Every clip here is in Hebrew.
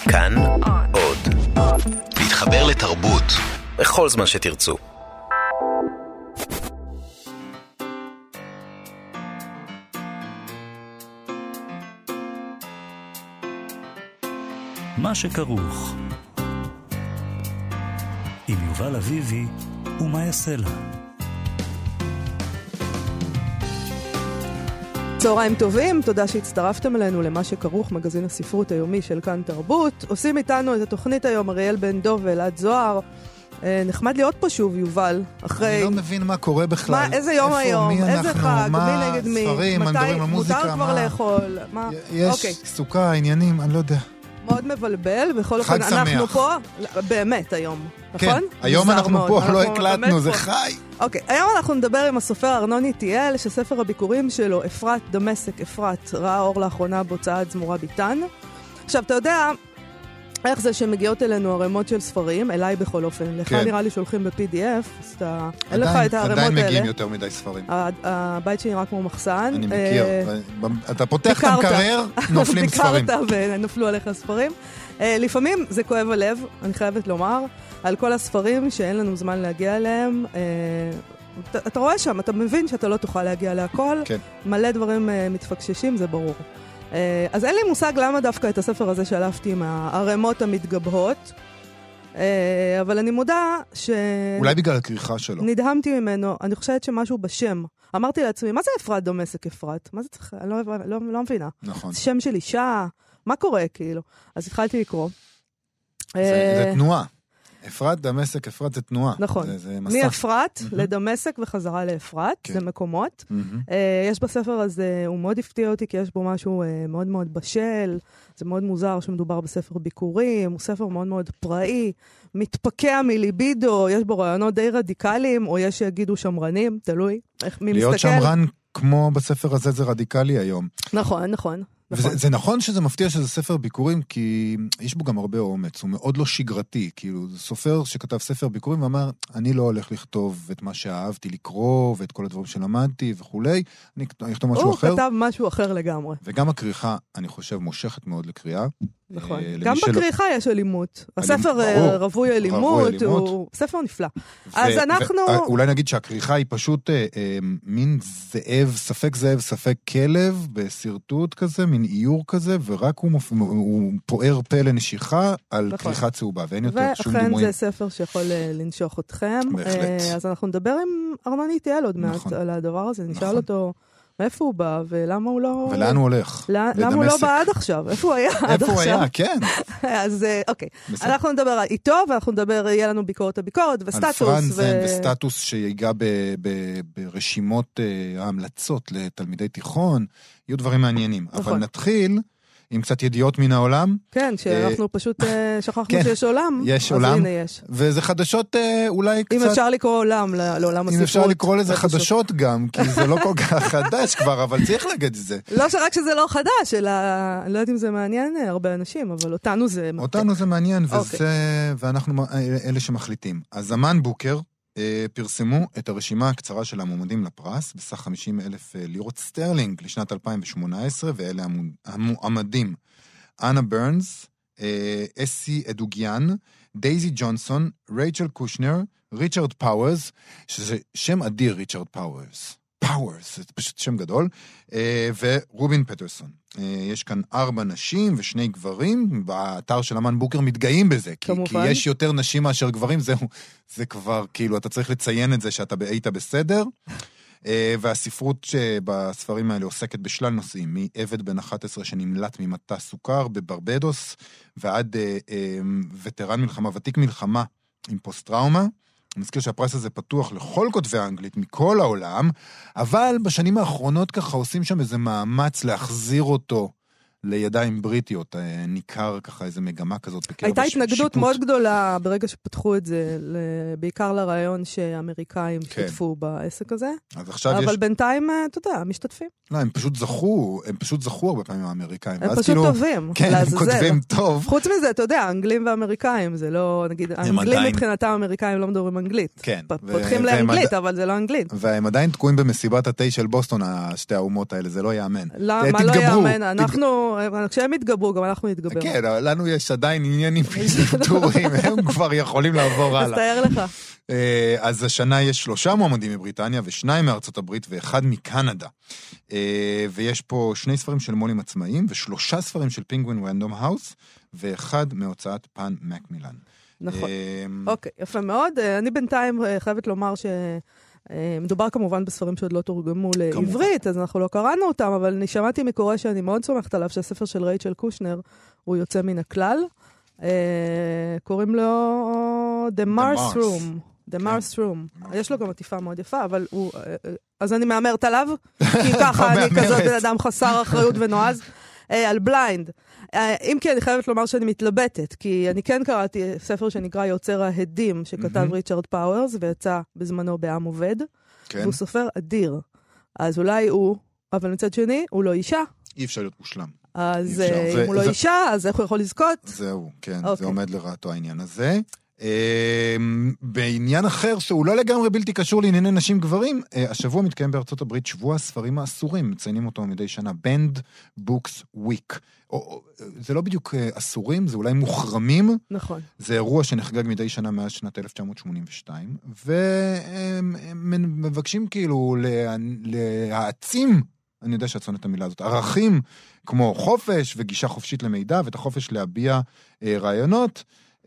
כאן עוד. להתחבר לתרבות בכל זמן שתרצו. מה שכרוך עם יובל אביבי ומה יעשה לה. צהריים טובים, תודה שהצטרפתם אלינו למה שכרוך, מגזין הספרות היומי של כאן תרבות. עושים איתנו את התוכנית היום אריאל בן דוב ואלעד זוהר. נחמד להיות פה שוב, יובל, אחרי... אני לא מבין מה קורה בכלל. מה, איזה יום היום, איזה חג, מי נגד מי, ספרים, מתי מותר כבר לאכול, מה? יש סוכה, עניינים, אני לא יודע. מאוד מבלבל, בכל אופן אנחנו פה, באמת היום, נכון? כן, היום אנחנו פה, לא הקלטנו, זה חי. אוקיי, היום אנחנו נדבר עם הסופר ארנון איטיאל, שספר הביקורים שלו, אפרת דמשק אפרת, ראה אור לאחרונה בהוצאת זמורה ביטן. עכשיו, אתה יודע איך זה שמגיעות אלינו הרמות של ספרים, אליי בכל אופן, לך נראה לי שולחים ב-PDF, אז אתה, אין לך את הרמות האלה. עדיין מגיעים יותר מדי ספרים. הבית שלי נראה כמו מחסן. אני מכיר, אתה פותח את המקרר, נופלים ספרים. ביקרת ונפלו עליך ספרים. לפעמים זה כואב הלב, אני חייבת לומר, על כל הספרים שאין לנו זמן להגיע אליהם. אתה רואה שם, אתה מבין שאתה לא תוכל להגיע להכל, מלא דברים מתפקששים, זה ברור. אז אין לי מושג למה דווקא את הספר הזה שלפתי עם הערמות המתגבהות, אבל אני מודה אולי בגלל הכריכה שלו. נדהמתי ממנו, אני חושבת שמשהו בשם. אמרתי לעצמי, מה זה אפרת דמשק אפרת? מה זה צריך? אני לא מבינה. נכון. זה שם של אישה, מה קורה כאילו? אז התחלתי לקרוא. זה תנועה. אפרת, דמשק, אפרת זה תנועה. נכון. מאפרת לדמשק וחזרה לאפרת, זה מקומות. יש בספר הזה, הוא מאוד הפתיע אותי, כי יש בו משהו מאוד מאוד בשל, זה מאוד מוזר שמדובר בספר ביקורים, הוא ספר מאוד מאוד פראי, מתפקע מליבידו, יש בו רעיונות די רדיקליים, או יש שיגידו שמרנים, תלוי, מי מסתכל. להיות שמרן כמו בספר הזה זה רדיקלי היום. נכון, נכון. זה נכון שזה מפתיע שזה ספר ביקורים, כי יש בו גם הרבה אומץ, הוא מאוד לא שגרתי, כאילו זה סופר שכתב ספר ביקורים ואמר, אני לא הולך לכתוב את מה שאהבתי לקרוא, ואת כל הדברים שלמדתי וכולי, אני אכתוב משהו אחר. הוא כתב משהו אחר לגמרי. וגם הקריחה, אני חושב, מושכת מאוד לקריאה. נכון. גם בקריחה יש אלימות. הספר רווי אלימות, הוא ספר נפלא. אז אנחנו... אולי נגיד שהקריחה היא פשוט מין זאב, ספק זאב, ספק כלב, בסרטוט כזה, מין איור כזה, ורק הוא פוער פה לנשיכה על קריחה צהובה, ואין יותר שום דימויים. ואכן זה ספר שיכול לנשוך אתכם. בהחלט. אז אנחנו נדבר עם ארנון איטיאל עוד מעט על הדבר הזה, נשאל אותו... מאיפה הוא בא, ולמה הוא לא... ולאן הוא הולך? למה הוא לא בא עד עכשיו? איפה הוא היה עד עכשיו? איפה הוא היה, כן. אז אוקיי. אנחנו נדבר איתו, ואנחנו נדבר, יהיה לנו הביקורת וסטטוס. על פרנזן וסטטוס שיגע ברשימות ההמלצות לתלמידי תיכון, יהיו דברים מעניינים. אבל נתחיל... עם קצת ידיעות מן העולם. כן, שאנחנו פשוט שכחנו שיש עולם. יש עולם, וזה חדשות אולי קצת... אם אפשר לקרוא עולם לעולם הספרות. אם אפשר לקרוא לזה חדשות גם, כי זה לא כל כך חדש כבר, אבל צריך להגיד את זה. לא שרק שזה לא חדש, אלא, אני לא יודעת אם זה מעניין הרבה אנשים, אבל אותנו זה... אותנו זה מעניין, ואנחנו אלה שמחליטים. אז אמן בוקר, פרסמו את הרשימה הקצרה של המועמדים לפרס, בסך 50,000 לירות סטרלינג לשנת 2018, ואלה המועמדים. אנה ברנס, אסי אדוגיאן, דייזי ג'ונסון, רייצ'ל קושנר, ריצ'רד פאוורס, שזה שם אדיר, ריצ'רד פאוורס. פאוורס, זה פשוט שם גדול, ורובין פטרסון. יש כאן 4 נשים ו2 גברים, באתר של אמן בוקר מתגאים בזה, כי יש יותר נשים מאשר גברים, זה כבר, כאילו, אתה צריך לציין את זה שאתה היית בסדר, והספרות שבספרים האלה עוסקת בשלל נושאים, מעבד בן 11 שנמלט ממטע סוכר בברבדוס, ועד וטרן מלחמה, ותיק מלחמה עם פוסט-טראומה, אני מזכיר שהפרס הזה פתוח לכל כותבי האנגלית מכל העולם, אבל בשנים האחרונות ככה עושים שם איזה מאמץ להחזיר אותו לידיים בריטיות, ניכר ככה איזה מגמה כזאת בקרב הייתה התנגדות מאוד גדולה ברגע שפתחו את זה, בעיקר לרעיון שאמריקאים שתפו בעסק הזה, אבל בינתיים, אתה יודע, משתתפים. לא, הם פשוט זכו הרבה פעמים האמריקאים. הם פשוט טובים. כן, הם כותבים טוב. חוץ מזה, אתה יודע, אנגלים ואמריקאים, זה לא, נגיד, האנגלים מבחינתם האמריקאים לא מדברים אנגלית. כן. פותחים לאנגלית, אבל זה לא אנגלית. והם עדיין תקועים במסיבת התה של בוסטון, שתי האומות האלה, זה לא יאמן. מה לא יאמן? אנחנו כשהם יתגברו, גם אנחנו נתגבר. כן, לנו יש עדיין עניינים פטורים, הם כבר יכולים לעבור הלאה. אז תאר לך. אז השנה יש 3 מועמדים מבריטניה, ו2 מארצות הברית, ו1 מקנדה. ויש פה 2 ספרים של מולים עצמאיים, ו3 ספרים של פינגווין רנדום האוס, ו1 מהוצאת פן מקמילן. נכון. אוקיי, יפה מאוד. אני בינתיים חייבת לומר מדובר כמובן בספרים שעוד לא תורגמו לעברית, אז אנחנו לא קראנו אותם, אבל אני שמעתי מקורא שאני מאוד סומכת עליו, שהספר של רייצ'ל קושנר הוא יוצא מן הכלל. קוראים לו The Mars Room. The Mars Room. יש לו גם עטיפה מאוד יפה, אבל הוא... אז אני מאמרת עליו, כי ככה אני כזאת בן אדם חסר אחריות ונועז, על בליינד. אם כי אני חייבת לומר שאני מתלבטת, כי אני כן קראתי ספר שנקרא יוצר ההדים, שכתב ריצ'רד פאוורס, ויצא בזמנו בעם עובד, והוא סופר אדיר. אז אולי הוא, אבל מצד שני, הוא לא אישה. אי אפשר להיות מושלם. אז אם הוא לא אישה, אז איך הוא יכול לזכות? זהו, כן, זה עומד לרעתו העניין הזה. בעניין אחר שהוא לא לגמרי בלתי קשור לענייני נשים גברים, השבוע מתקיים בארצות הברית שבוע הספרים האסורים, מציינים אותו מדי שנה, Banned Books Week. זה לא בדיוק אסורים, זה אולי מוחרמים. נכון. זה אירוע שנחגג מדי שנה מאז שנת 1982, והם מבקשים כאילו להעצים, אני יודע שאת שונאת את המילה הזאת, ערכים כמו חופש וגישה חופשית למידע, ואת החופש להביע רעיונות,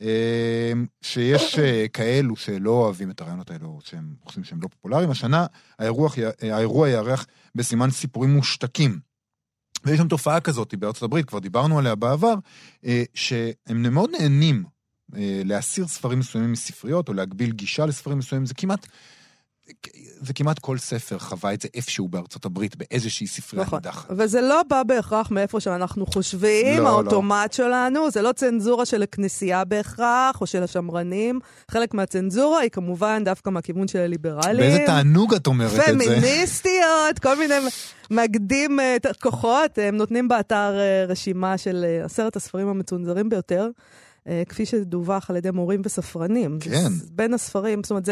שיש כאלו שלא אוהבים את הרעיונות האלו, שהם חושבים שהם לא פופולריים. השנה האירוע יערך בסימן סיפורים מושתקים. ויש שם תופעה כזאת בארצות הברית, כבר דיברנו עליה בעבר, שהם מאוד נהנים להסיר ספרים מסוימים מספריות, או להגביל גישה לספרים מסוימים. זה כמעט כל ספר חווה את זה איפשהו בארצות הברית, באיזושהי ספרייה נידחת. וזה לא בא בהכרח מאיפה שאנחנו חושבים, האוטומט שלנו, זה לא צנזורה של הכנסייה בהכרח, או של השמרנים. חלק מהצנזורה היא כמובן דווקא מהכיוון של הליברלים. באיזה תענוג את אומרת את זה? פמיניסטיות, כל מיני מקדים כוחות, הם נותנים באתר רשימה של 10 הספרים המצונזרים ביותר, כפי שדווח על ידי מורים וספרנים. כן. בין הספרים, זאת אומרת,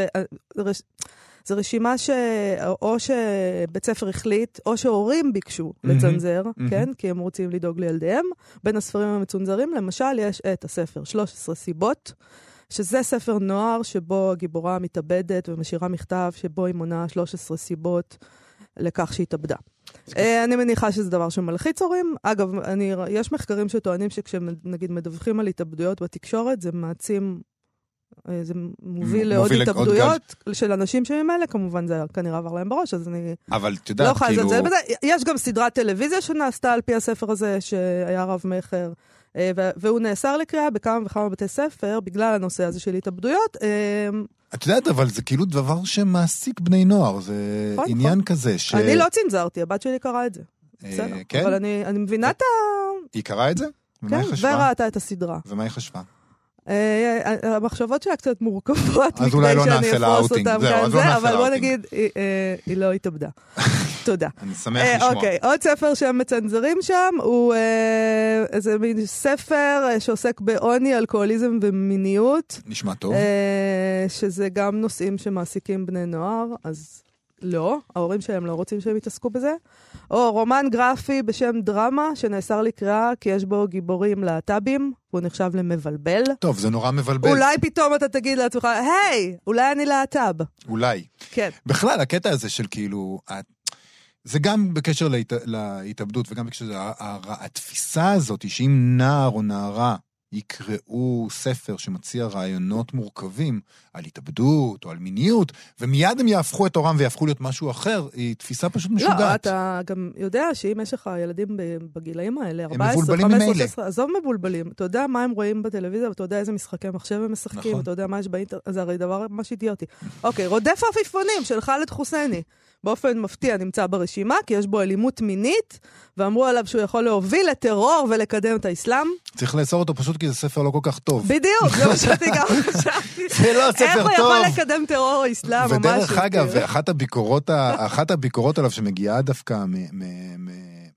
זה רשימה או שבית ספר החליט, או שהורים ביקשו לצנזר, כן? כי הם רוצים לדאוג לילדיהם. בין הספרים המצונזרים, למשל, יש את הספר 13 סיבות, שזה ספר נוער שבו הגיבורה מתאבדת ומשאירה מכתב שבו היא מונה 13 סיבות לכך שהיא התאבדה. אני מניחה שזה דבר שמלחיץ הורים. אגב, יש מחקרים שטוענים שכשנגיד מדווחים על התאבדויות בתקשורת, זה מעצים, זה מוביל לעוד התאבדויות של אנשים שממילא, כמובן זה כנראה עבר להם בראש, אז אני לא יכולה לזלזל בזה. יש גם סדרת טלוויזיה שנעשתה על פי הספר הזה, שהיה רב מחר, והוא נאסר לקריאה בכמה וכמה בתי ספר, בגלל הנושא הזה של התאבדויות. את יודעת, אבל זה כאילו דבר שמעסיק בני נוער, זה עניין כזה ש... אני לא צנזרתי, הבת שלי קראה את זה. בסדר, אבל אני מבינה את ה... היא קראה את זה? כן, וראתה את הסדרה. ומה היא חשבה? המחשבות שלה קצת מורכבות, אז אולי לא נעשה לה אאוטינג, אבל בוא נגיד, היא לא התאבדה. תודה. אני שמח לשמוע. אוקיי, עוד ספר שהם מצנזרים שם, הוא איזה מין ספר שעוסק בעוני, אלכוהוליזם ומיניות. נשמע טוב. שזה גם נושאים שמעסיקים בני נוער, אז לא, ההורים שלהם לא רוצים שהם יתעסקו בזה. או רומן גרפי בשם דרמה, שנאסר לקרוא כי יש בו גיבורים להט"בים, והוא נחשב למבלבל. טוב, זה נורא מבלבל. אולי פתאום אתה תגיד לעצמך, היי, אולי אני להט"ב. אולי. כן. בכלל, הקטע הזה של כאילו, זה גם בקשר להתאבדות, וגם בקשר התפיסה הזאת, היא שאם נער או נערה יקראו ספר שמציע רעיונות מורכבים על התאבדות או על מיניות, ומיד הם יהפכו את אורם ויהפכו להיות משהו אחר, היא תפיסה פשוט משוגעת. לא, אתה גם יודע שאם יש לך ילדים בגילאים האלה, 14, 15, 16, עזוב מבולבלים, אתה יודע מה הם רואים בטלוויזיה, ואתה יודע איזה משחקי מחשב הם משחקים, ואתה יודע מה יש באינטרנט, זה הרי דבר ממש אידיוטי. אוקיי, רודף עפיפונים של חאלד חוסייני. באופן מפתיע נמצא ברשימה, כי יש בו אלימות מינית, ואמרו עליו שהוא יכול להוביל לטרור ולקדם את האסלאם. צריך לאסור אותו פשוט כי זה ספר לא כל כך טוב. בדיוק, זה מה שאתי גם חשבתי. זה לא ספר טוב. איך הוא יכול לקדם טרור או אסלאם או משהו. ודרך אגב, אחת הביקורות עליו שמגיעה דווקא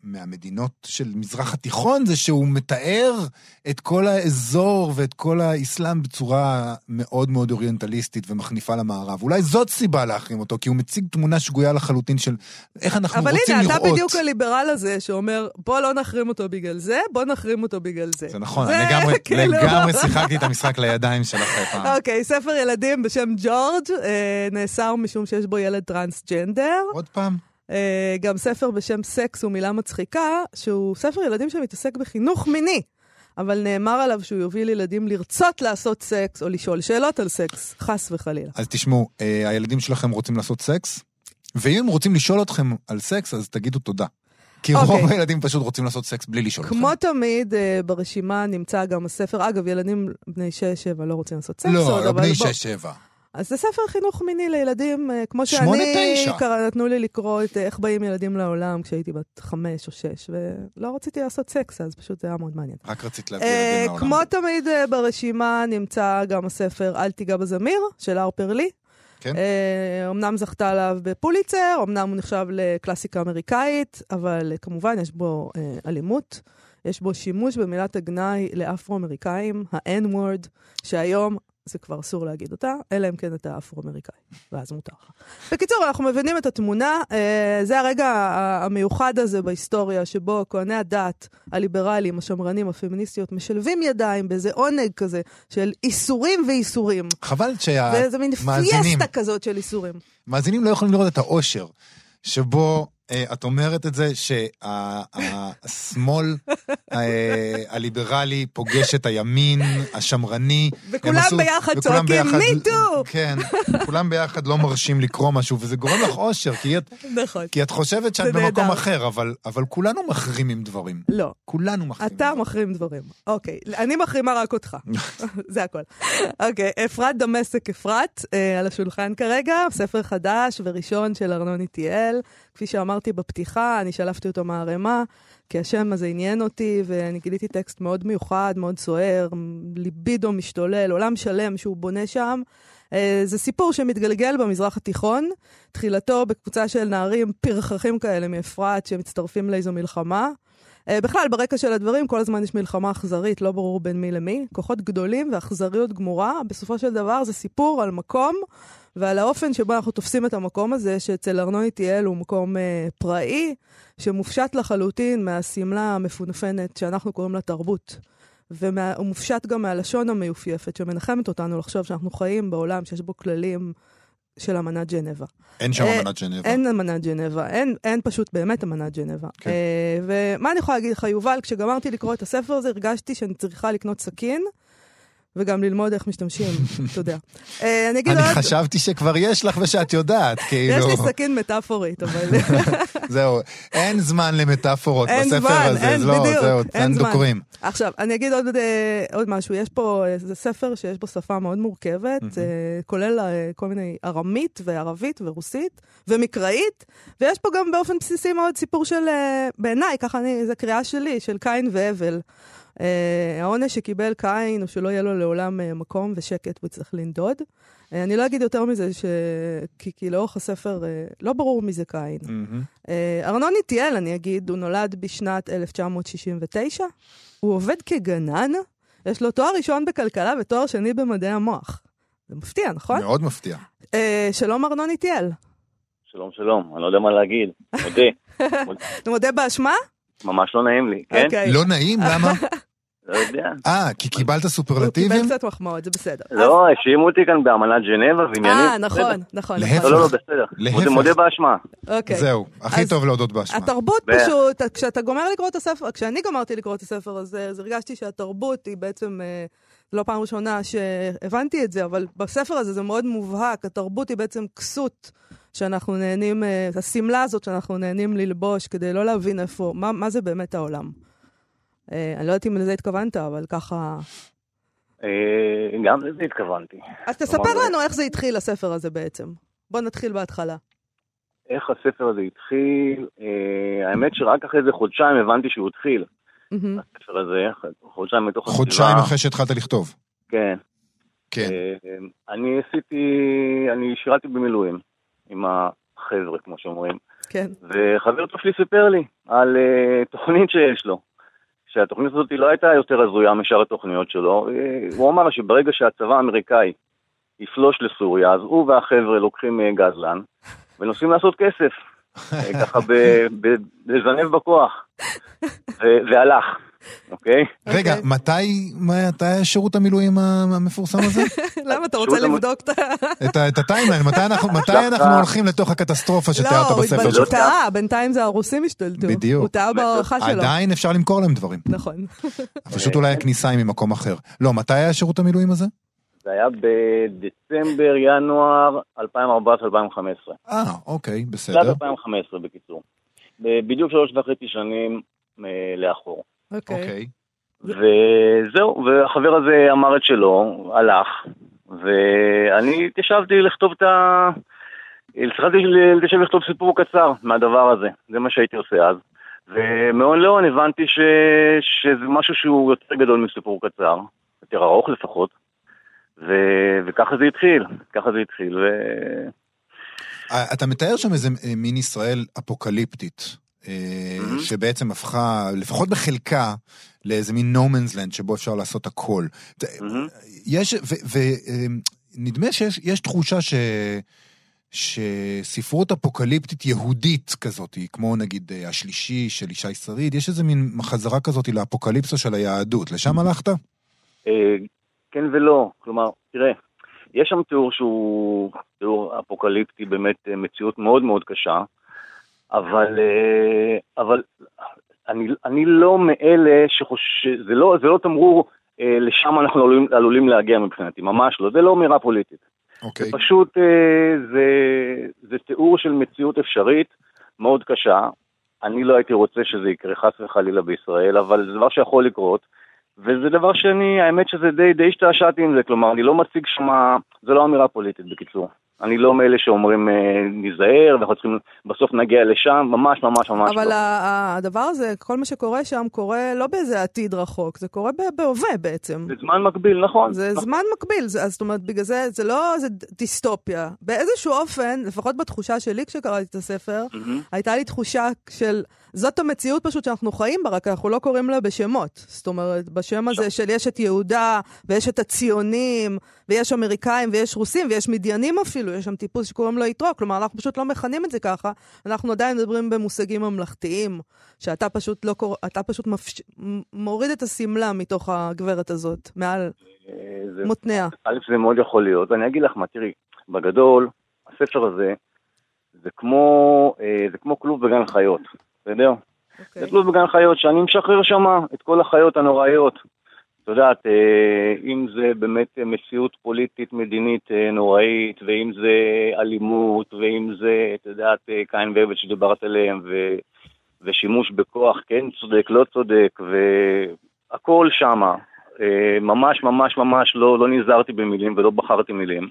מהמדינות של מזרח התיכון, זה שהוא מתאר את כל האזור ואת כל האסלאם בצורה מאוד מאוד אוריינטליסטית ומחניפה למערב. אולי זאת סיבה להחרים אותו, כי הוא מציג תמונה שגויה לחלוטין של איך אנחנו רוצים לראות. אבל הנה, אתה בדיוק הליברל הזה שאומר, בוא לא נחרים אותו בגלל זה, בוא נחרים אותו בגלל זה. זה נכון, לגמרי שיחקתי את המשחק לידיים שלך פעם. אוקיי, ספר ילדים בשם ג'ורג' נאסר משום שיש בו ילד טרנסג'נדר. עוד פעם. גם ספר בשם סקס ומילה מצחיקה, שהוא ספר ילדים שמתעסק בחינוך מיני, אבל נאמר עליו שהוא יוביל ילדים לרצות לעשות סקס, או לשאול שאלות על סקס, חס וחלילה. אז תשמעו, הילדים שלכם רוצים לעשות סקס, ואם הם רוצים לשאול אתכם על סקס, אז תגידו תודה. כי רוב הילדים פשוט רוצים לעשות סקס בלי לשאול אתכם. כמו תמיד, ברשימה נמצא גם הספר, אגב, ילדים בני 6-7 לא רוצים לעשות סקס. לא בני 6-7. אז זה ספר חינוך מיני לילדים, כמו שאני נתנו לי לקרוא את איך באים ילדים לעולם כשהייתי בת 5 או 6, ולא רציתי לעשות סקס, אז פשוט זה היה מאוד מעניין. רק רצית להביא ילדים לעולם. כמו תמיד ברשימה נמצא גם הספר אל תיגע בזמיר, של הרפר לי. כן. אמנם זכתה עליו בפוליצר, אמנם הוא נחשב לקלאסיקה אמריקאית, אבל כמובן יש בו אלימות, יש בו שימוש במילת הגנאי לאפרו-אמריקאים, ה-N-word, שהיום זה כבר אסור להגיד אותה, אלא אם כן אתה אפרו-אמריקאי, ואז מותר. בקיצור, אנחנו מבינים את התמונה, זה הרגע המיוחד הזה בהיסטוריה, שבו כהני הדת, הליברלים, השמרנים, הפמיניסטיות, משלבים ידיים באיזה עונג כזה, של איסורים ואיסורים. חבל ואיזה מין פייסטה כזאת של איסורים. מאזינים לא יכולים לראות את האושר, שבו את אומרת את זה שהשמאל הליברלי פוגש את הימין, השמרני. וכולם ביחד צועקים, מיטו! כן, כולם ביחד לא מרשים לקרוא משהו, וזה גורם לך אושר, כי את חושבת שאת במקום אחר, אבל כולנו מחרימים דברים. לא. כולנו מחרימים. אתה מחרים דברים. אוקיי, אני מחרימה רק אותך. זה הכל. אוקיי, אפרת דמשק אפרת, על השולחן כרגע, ספר חדש וראשון של ארנון איטיאל. כפי שאמרתי בפתיחה, אני שלפתי אותו מהרמה, כי השם הזה עניין אותי, ואני גיליתי טקסט מאוד מיוחד, מאוד סוער, ליבידו משתולל, עולם שלם שהוא בונה שם. זה סיפור שמתגלגל במזרח התיכון, תחילתו בקבוצה של נערים פרחחים כאלה מאפרת, שמצטרפים לאיזו מלחמה. בכלל, ברקע של הדברים, כל הזמן יש מלחמה אכזרית, לא ברור בין מי למי, כוחות גדולים ואכזריות גמורה. בסופו של דבר זה סיפור על מקום, ועל האופן שבו אנחנו תופסים את המקום הזה, שאצל ארנון איטיאל הוא מקום פראי, שמופשט לחלוטין מהסמלה המפונפנת שאנחנו קוראים לה תרבות. והוא מופשט גם מהלשון המיופייפת, שמנחמת אותנו לחשוב שאנחנו חיים בעולם שיש בו כללים של אמנת ג'נבה. אין שם אמנת ג'נבה. אין אמנת ג'נבה, אין פשוט באמת אמנת ג'נבה. כן. ומה אני יכולה להגיד לך, יובל, כשגמרתי לקרוא את הספר הזה, הרגשתי שאני צריכה לקנות סכין, וגם ללמוד איך משתמשים, אתה יודע. אני חשבתי שכבר יש לך ושאת יודעת, כאילו. יש לי סכין מטאפורית, אבל... זהו, אין זמן למטאפורות בספר הזה, זהו, אין דוקרים. עכשיו, אני אגיד עוד משהו, יש פה, זה ספר שיש בו שפה מאוד מורכבת, כולל כל מיני ארמית וערבית ורוסית ומקראית, ויש פה גם באופן בסיסי מאוד סיפור של, בעיניי, ככה זו קריאה שלי, של קין והבל. העונש שקיבל קין הוא שלא יהיה לו לעולם מקום ושקט והוא צריך לנדוד. אני לא אגיד יותר מזה כי לאורך הספר לא ברור מי זה קין. ארנון איטיאל, אני אגיד, הוא נולד בשנת 1969, הוא עובד כגנן, יש לו תואר ראשון בכלכלה ותואר שני במדעי המוח. זה מפתיע, נכון? מאוד מפתיע. שלום ארנון איטיאל. שלום שלום, אני לא יודע מה להגיד, מודה. מודה באשמה? ממש לא נעים לי, כן? לא נעים? למה? לא יודע. כי קיבלת סופרלטיבים? הוא קיבל קצת מחמאות, זה בסדר. לא, האשימו אותי כאן באמנת ג'נבה ועניינים. נכון. להפך. לא, בסדר. מודה באשמה. זהו, הכי טוב להודות באשמה. התרבות פשוט, כשאתה גומר לקרוא את הספר, כשאני גמרתי לקרוא את הספר הזה, אז הרגשתי שהתרבות היא בעצם, לא פעם ראשונה שהבנתי את זה, אבל בספר הזה זה מאוד מובהק, התרבות היא בעצם כסות שאנחנו נהנים, הסמלה הזאת שאנחנו נהנים ללבוש, כדי לא להבין איפה, מה זה באמת העולם. אני לא יודעת אם לזה התכוונת, אבל ככה... גם לזה התכוונתי. אז תספר לנו איך זה התחיל, הספר הזה בעצם. בוא נתחיל בהתחלה. איך הספר הזה התחיל? האמת שרק אחרי זה חודשיים הבנתי שהוא התחיל. הספר הזה, חודשיים מתוך הסביבה. חודשיים אחרי שהתחלת לכתוב. כן. כן. אני שירתי במילואים עם החבר'ה, כמו שאומרים. כן. וחבר טוב שלי סיפר לי על תוכנית שיש לו, שהתוכנית הזאת לא הייתה יותר הזויה משאר התוכניות שלו. הוא אמר שברגע שהצבא האמריקאי יפלוש לסוריה, אז הוא והחבר'ה לוקחים גזלן, ונוסעים לעשות כסף, ככה לזנב בכוח, והלך, אוקיי? רגע, מתי שירות המילואים המפורסם הזה? למה, אתה רוצה לבדוק את הטיימליין? מתי אנחנו הולכים לתוך הקטסטרופה שתיארת בספר שלך? הוא טעה, בינתיים זה הרוסים השתלטו. בדיוק. הוא טעה בהערכה שלו. עדיין אפשר למכור להם דברים. נכון. פשוט אולי הכניסה היא ממקום אחר. לא, מתי היה שירות המילואים הזה? זה היה בדצמבר, ינואר 2014-2015. אוקיי, בסדר. 2015 בקיצור. בדיוק 3.5 שנים לאחור. אוקיי. וזהו, והחבר הזה אמר את שלו, הלך, ואני התיישבתי לכתוב לכתוב סיפור קצר מהדבר הזה, זה מה שהייתי עושה אז. ומאוד לאון הבנתי שזה משהו שהוא יותר גדול מסיפור קצר, יותר ארוך לפחות, וככה זה התחיל, אתה מתאר שם איזה מין ישראל אפוקליפטית, שבעצם הפכה, לפחות בחלקה, לאיזה מין no man's land שבו אפשר לעשות הכל. ונדמה שיש תחושה שספרות אפוקליפטית יהודית כזאת, כמו נגיד השלישי של ישי שריד, יש איזה מין חזרה כזאת לאפוקליפסה של היהדות. לשם הלכת? כן ולא. כלומר, תראה, יש שם תיאור שהוא תיאור אפוקליפטי, באמת מציאות מאוד מאוד קשה, אבל אני לא מאלה זה לא תמרור לשם אנחנו עלולים להגיע מבחינתי, ממש לא, זה לא אמירה פוליטית. זה פשוט, זה תיאור של מציאות אפשרית מאוד קשה. אני לא הייתי רוצה שזה יקרה חס וחלילה בישראל, אבל זה דבר שיכול לקרות, וזה דבר האמת שזה די השתעשעתי עם זה, כלומר, אני לא מציג שמה, זה לא אמירה פוליטית בקיצור. אני לא מאלה שאומרים נזהר, ואנחנו צריכים בסוף נגיע לשם, ממש לא. אבל הדבר הזה, כל מה שקורה שם, קורה לא באיזה עתיד רחוק, זה קורה בהווה בעצם. זה זמן מקביל, נכון. זה זמן מקביל, אז זאת אומרת, בגלל זה לא איזה דיסטופיה. באיזשהו אופן, לפחות בתחושה שלי כשקראתי את הספר, הייתה לי תחושה של, זאת המציאות פשוט שאנחנו חיים בה, רק אנחנו לא קוראים לה בשמות. זאת אומרת, בשם הזה של יש את יהודה, ויש את הציונים, ויש אמריקאים, ויש רוסים, ויש מדיינים אפילו, יש שם טיפוס שקוראים לו יתרו, כלומר, אנחנו פשוט לא מכנים את זה ככה, אנחנו עדיין מדברים במושגים ממלכתיים, שאתה פשוט מוריד את הסמלה מתוך הגברת הזאת, מעל מותניה. א', זה מאוד יכול להיות, ואני אגיד לך מה, תראי, בגדול, הספר הזה, זה כמו כלוב בגן חיות, בסדר? זה כלוב בגן חיות, שאני משחרר שמה את כל החיות הנוראיות, אתה יודעת, אם זה באמת מציאות פוליטית מדינית נוראית, ואם זה אלימות, ואם זה, אתה יודעת, קין והבל שדיברת עליהם, ושימוש בכוח, כן צודק, לא צודק, והכל שמה, ממש לא נזהרתי במילים ולא בחרתי מילים,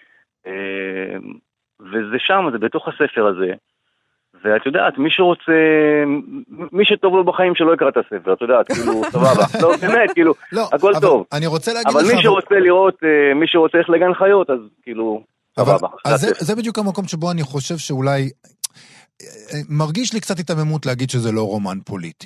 וזה שם, זה בתוך הספר הזה, ואת יודעת, מי שטוב לו בחיים שלא יקרא את הספר, את יודעת, כאילו, סבבה. לא, באמת, כאילו, הכל טוב. אני רוצה להגיד לך... אבל מי שרוצה לראות, מי שרוצה איך לגן חיות, אז כאילו, סבבה. אז זה בדיוק המקום שבו אני חושב שאולי... מרגיש לי קצת התאממות להגיד שזה לא רומן פוליטי.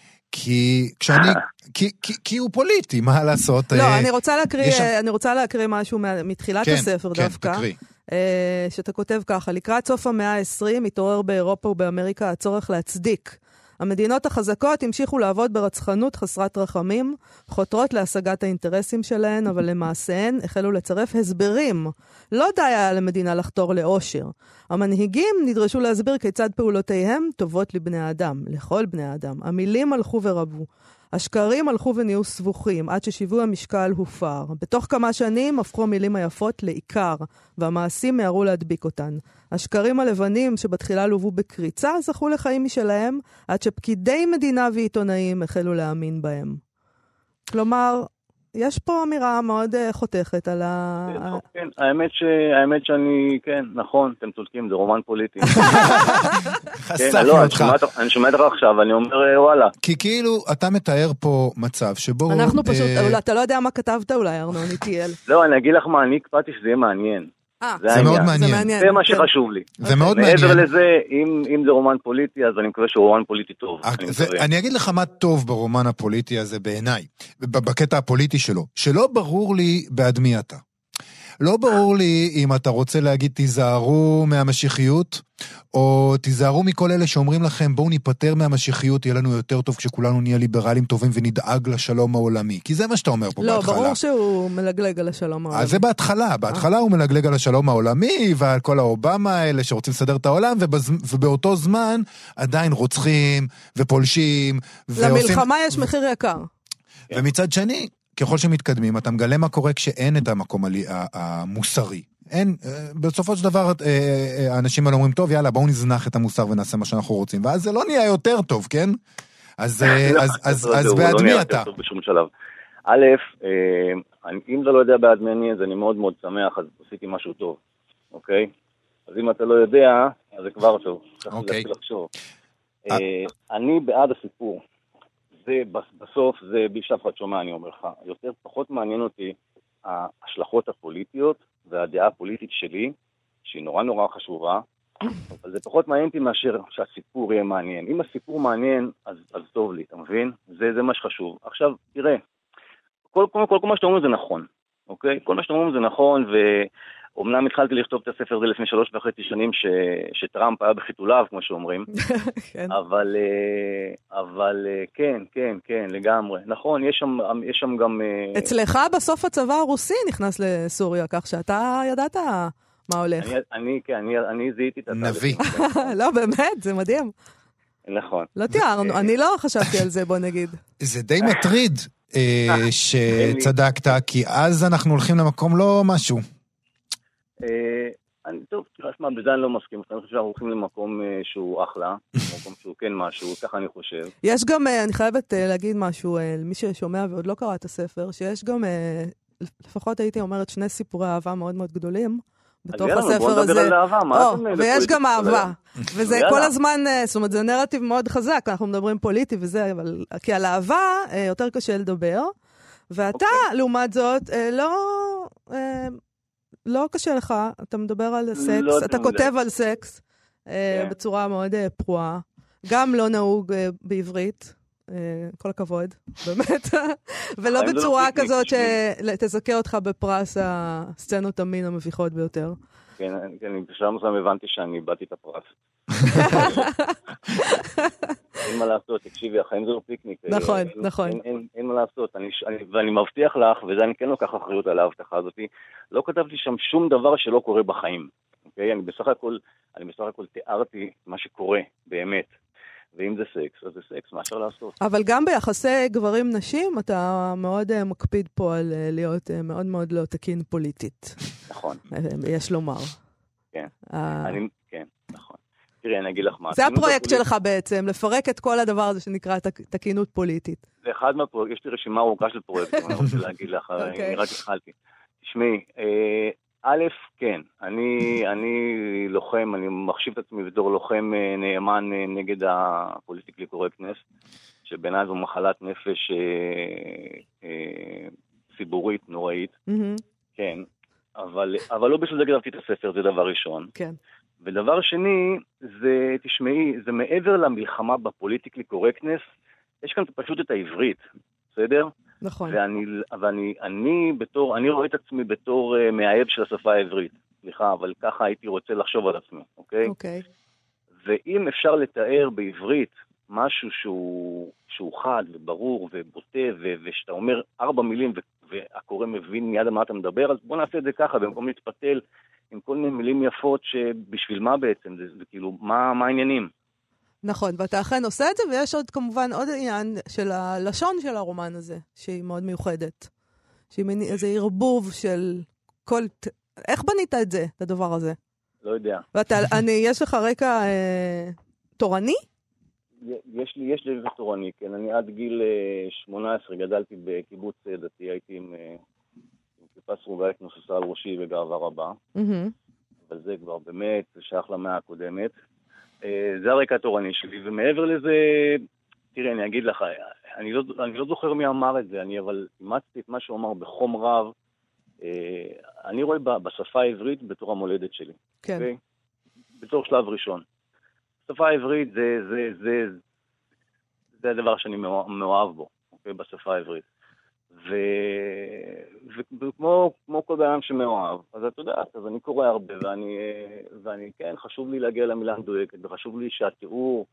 כי הוא פוליטי, מה לעשות? לא, אני רוצה להקריא משהו מתחילת הספר דווקא. כן, תקריא. שאתה כותב ככה, לקראת סוף המאה ה-20 מתעורר באירופה ובאמריקה הצורך להצדיק. המדינות החזקות המשיכו לעבוד ברצחנות חסרת רחמים, חותרות להשגת האינטרסים שלהן, אבל למעשיהן החלו לצרף הסברים. לא די היה למדינה לחתור לאושר. המנהיגים נדרשו להסביר כיצד פעולותיהם טובות לבני האדם, לכל בני האדם. המילים הלכו ורבו. השקרים הלכו ונהיו סבוכים, עד ששיווי המשקל הופר. בתוך כמה שנים הפכו המילים היפות לעיקר, והמעשים מהרו להדביק אותן. השקרים הלבנים שבתחילה לובו בקריצה, זכו לחיים משלהם, עד שפקידי מדינה ועיתונאים החלו להאמין בהם. כלומר, יש פה אמירה מאוד חותכת על כן, האמת שאני, כן, נכון, אתם צודקים, זה רומן פוליטי. חשפנו אותך. אני שומע אותך עכשיו, אני אומר וואלה. כי כאילו, אתה מתאר פה מצב שבו... אנחנו פשוט, אתה לא יודע מה כתבת אולי, ארנון איטיאל. לא, אני אגיד לך מה, אני הקפדתי שזה יהיה מעניין. זה מאוד מעניין. זה מה שחשוב לי. זה מאוד מעניין. מעבר לזה, אם זה רומן פוליטי, אז אני מקווה שהוא רומן פוליטי טוב. אני אגיד לך מה טוב ברומן הפוליטי הזה בעיניי, בקטע הפוליטי שלו, שלא ברור לי בעד מי אתה. לא ברור לי אם אתה רוצה להגיד תיזהרו מהמשיחיות, או תיזהרו מכל אלה שאומרים לכם בואו ניפטר מהמשיחיות, יהיה לנו יותר טוב כשכולנו נהיה ליברלים טובים ונדאג לשלום העולמי. כי זה מה שאתה אומר פה בהתחלה. לא, ברור שהוא מלגלג על השלום העולמי. אז זה בהתחלה הוא מלגלג על השלום העולמי, ועל כל האובמה האלה שרוצים לסדר את העולם, ובאותו זמן עדיין רוצחים ופולשים. למלחמה יש מחיר יקר. ומצד שני, ככל שמתקדמים, אתה מגלה מה קורה כשאין את המקום המוסרי. אין, בסופו של דבר, האנשים האלה אומרים, טוב, יאללה, בואו נזנח את המוסר ונעשה מה שאנחנו רוצים, ואז זה לא נהיה יותר טוב, כן? אז בעד מי אתה? א', אם אתה לא יודע בעד מי אני, אז אני מאוד מאוד שמח, אז עשיתי משהו טוב, אוקיי? אז אם אתה לא יודע, אז זה כבר טוב. אוקיי. אני בעד הסיפור. זה בסוף, זה בלי שאף אחד שומע, אני אומר לך. יותר פחות מעניין אותי ההשלכות הפוליטיות והדעה הפוליטית שלי, שהיא נורא נורא חשובה, אבל זה פחות מעניין אותי מאשר שהסיפור יהיה מעניין. אם הסיפור מעניין, אז טוב לי, אתה מבין? זה מה שחשוב. עכשיו, תראה, כל מה שאתם אומרים זה נכון, אוקיי? כל מה שאתם אומרים זה נכון, אומנם התחלתי לכתוב את הספר הזה לפני 3.5 שנים שטראמפ היה בחיתוליו, כמו שאומרים. אבל כן, לגמרי. נכון, יש שם גם... אצלך בסוף הצבא הרוסי נכנס לסוריה, כך שאתה ידעת מה הולך. אני זיהיתי את התהליך. נביא. לא, באמת, זה מדהים. נכון. לא תיארנו, אני לא חשבתי על זה, בוא נגיד. זה די מטריד שצדקת, כי אז אנחנו הולכים למקום לא משהו. טוב, תשמע, בזה אני לא מסכים. אני חושב שאנחנו הולכים למקום שהוא אחלה, מקום שהוא כן משהו, ככה אני חושב. יש גם, אני חייבת להגיד משהו, למי ששומע ועוד לא קרא את הספר, שיש גם, לפחות הייתי אומרת, 2 סיפורי אהבה מאוד מאוד גדולים, בתוך הספר הזה. ויש גם אהבה. וזה כל הזמן, זאת אומרת, זה נרטיב מאוד חזק, אנחנו מדברים פוליטי וזה, אבל כי על אהבה יותר קשה לדבר, ואתה, לעומת זאת, לא קשה לך, אתה מדבר על סקס, אתה כותב על סקס בצורה מאוד פרועה, גם לא נהוג בעברית, כל הכבוד, באמת, ולא בצורה כזאת שתזכה אותך בפרס הסצנות המין המביכות ביותר. כן, בשלב מסוים הבנתי שאני איבדתי את הפרס. אין מה לעשות, תקשיבי, החיים זה לא פיקניק. נכון. אין מה לעשות, ואני מבטיח לך, וזה אני כן לוקח אחריות על ההבטחה הזאת, לא כתבתי שם שום דבר שלא קורה בחיים. אני בסך הכל תיארתי מה שקורה באמת. ואם זה סקס, אז זה סקס, מה אפשר לעשות? אבל גם ביחסי גברים-נשים, אתה מאוד מקפיד פה על להיות מאוד מאוד לא תקין פוליטית. נכון. יש לומר. כן, כן, נכון. תראי, אני אגיד לך מה. זה הפרויקט שלך בעצם, לפרק את כל הדבר הזה שנקרא תקינות פוליטית. זה אחד מהפרויקט, יש לי רשימה ארוכה של פרויקטים, אני רוצה להגיד לך, אני רק התחלתי. תשמעי, א', כן, אני לוחם, אני מחשיב את עצמי בתור לוחם נאמן נגד הפוליטיקלי קורקטנס, שבעיניי זו מחלת נפש ציבורית נוראית, כן, אבל לא בשביל זה כתבתי את הספר, זה דבר ראשון. כן. ודבר שני, זה, תשמעי, זה מעבר למלחמה בפוליטיקלי קורקטנס, יש כאן פשוט את העברית, בסדר? נכון. אני רואה את עצמי בתור מאהב של השפה העברית. סליחה, אבל ככה הייתי רוצה לחשוב על עצמי, אוקיי? אוקיי. ואם אפשר לתאר בעברית משהו שהוא חד וברור ובוטה, ושאתה אומר 4 מילים והקורא מבין מיד על מה אתה מדבר, אז בוא נעשה את זה ככה, במקום להתפתל עם כל מיני מילים יפות שבשביל מה בעצם, זה כאילו, מה העניינים? נכון, ואתה אכן עושה את זה, ויש עוד כמובן עוד עניין של הלשון של הרומן הזה, שהיא מאוד מיוחדת. שהיא איזה ערבוב של כל... איך בנית את זה, את הדבר הזה? לא יודע. יש לך רקע תורני? יש לי רקע תורני, כן. אני עד גיל 18 גדלתי בקיבוץ דתי, הייתי עם כיפה סרוגה התנוססה על ראשי בגאווה רבה. אבל זה כבר באמת שייך למאה הקודמת. זה הרקע התורני שלי, ומעבר לזה, תראה, אני אגיד לך, אני לא זוכר מי אמר את זה, אבל אימצתי את מה שהוא אמר בחום רב, אני רואה בשפה העברית בתור המולדת שלי. כן. Okay? בתור שלב ראשון. השפה העברית זה הדבר שאני מאוהב בו, okay? בשפה העברית. וכמו כל בן אדם שמאוהב, אז אתה יודע, אז אני קורא הרבה, ואני כן, חשוב לי להגיע למילה מדויקת, וחשוב לי שהתיאור